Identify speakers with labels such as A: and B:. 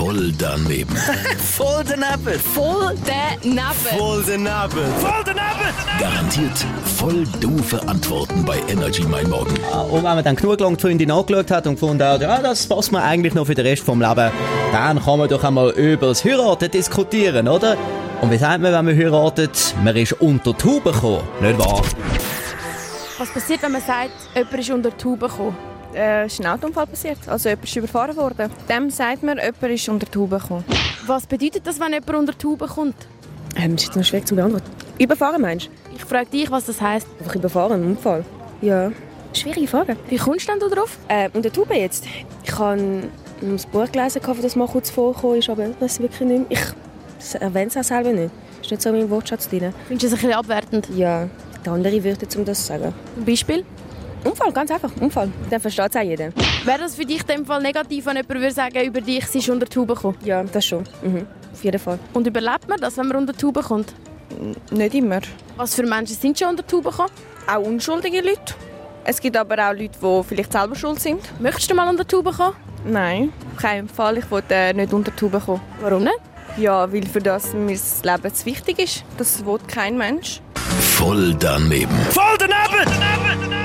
A: Voll daneben.
B: Voll daneben.
C: Voll daneben.
B: Voll daneben. Voll daneben.
A: Garantiert voll doofe Antworten bei Energy Mein Morgen.
D: Und wenn man dann genug lang die Freundin angeschaut hat und gefunden hat, ja, das passt mir eigentlich noch für den Rest vom Leben, dann kann man doch einmal über das Heiraten diskutieren, oder? Und wie sagt man, wenn man heiratet? Man ist unter die Haube gekommen, nicht wahr?
C: Was passiert, wenn man sagt, jemand ist unter die Haube gekommen?
E: Ist ein Autounfall passiert. Also jemand ist überfahren worden. Dem sagt man, jemand ist unter die Haube gekommen.
C: Was bedeutet das, wenn jemand unter die Haube kommt?
E: Das ist jetzt noch schwierig zu beantworten. Überfahren meinst du?
C: Ich frage dich, was das heisst.
E: Einfach überfahren, ein Unfall. Ja. Schwierige Frage.
C: Wie kommst du denn da drauf?
E: Unter die Haube jetzt? Ich habe ein Buch gelesen, das mal kurz vorgekommen ist, aber das wirklich nicht mehr. Ich erwähne es auch selber nicht. Das ist nicht so in meinem Wortschatz drin.
C: Findest du es ein bisschen abwertend?
E: Ja, die andere Wörter, um das zu sagen.
C: Zum Beispiel?
E: Unfall, ganz einfach, Unfall. Dann versteht es auch jeder.
C: Wäre das für dich in dem Fall negativ, wenn jemand würde sagen, über dich, sie ist unter die Haube gekommen?
E: Ja, das schon. Auf jeden Fall.
C: Und überlebt man das, wenn man unter die Haube kommt?
E: Nicht immer.
C: Was für Menschen sind schon unter die Haube gekommen?
E: Auch unschuldige Leute. Es gibt aber auch Leute, die vielleicht selber schuld sind.
C: Möchtest du mal unter die Haube kommen?
E: Nein, auf keinen Fall. Ich will nicht unter die Haube kommen.
C: Warum nicht?
E: Ja, weil für das mir das Leben zu wichtig ist. Das will kein Mensch.
A: Voll daneben.
B: Voll daneben.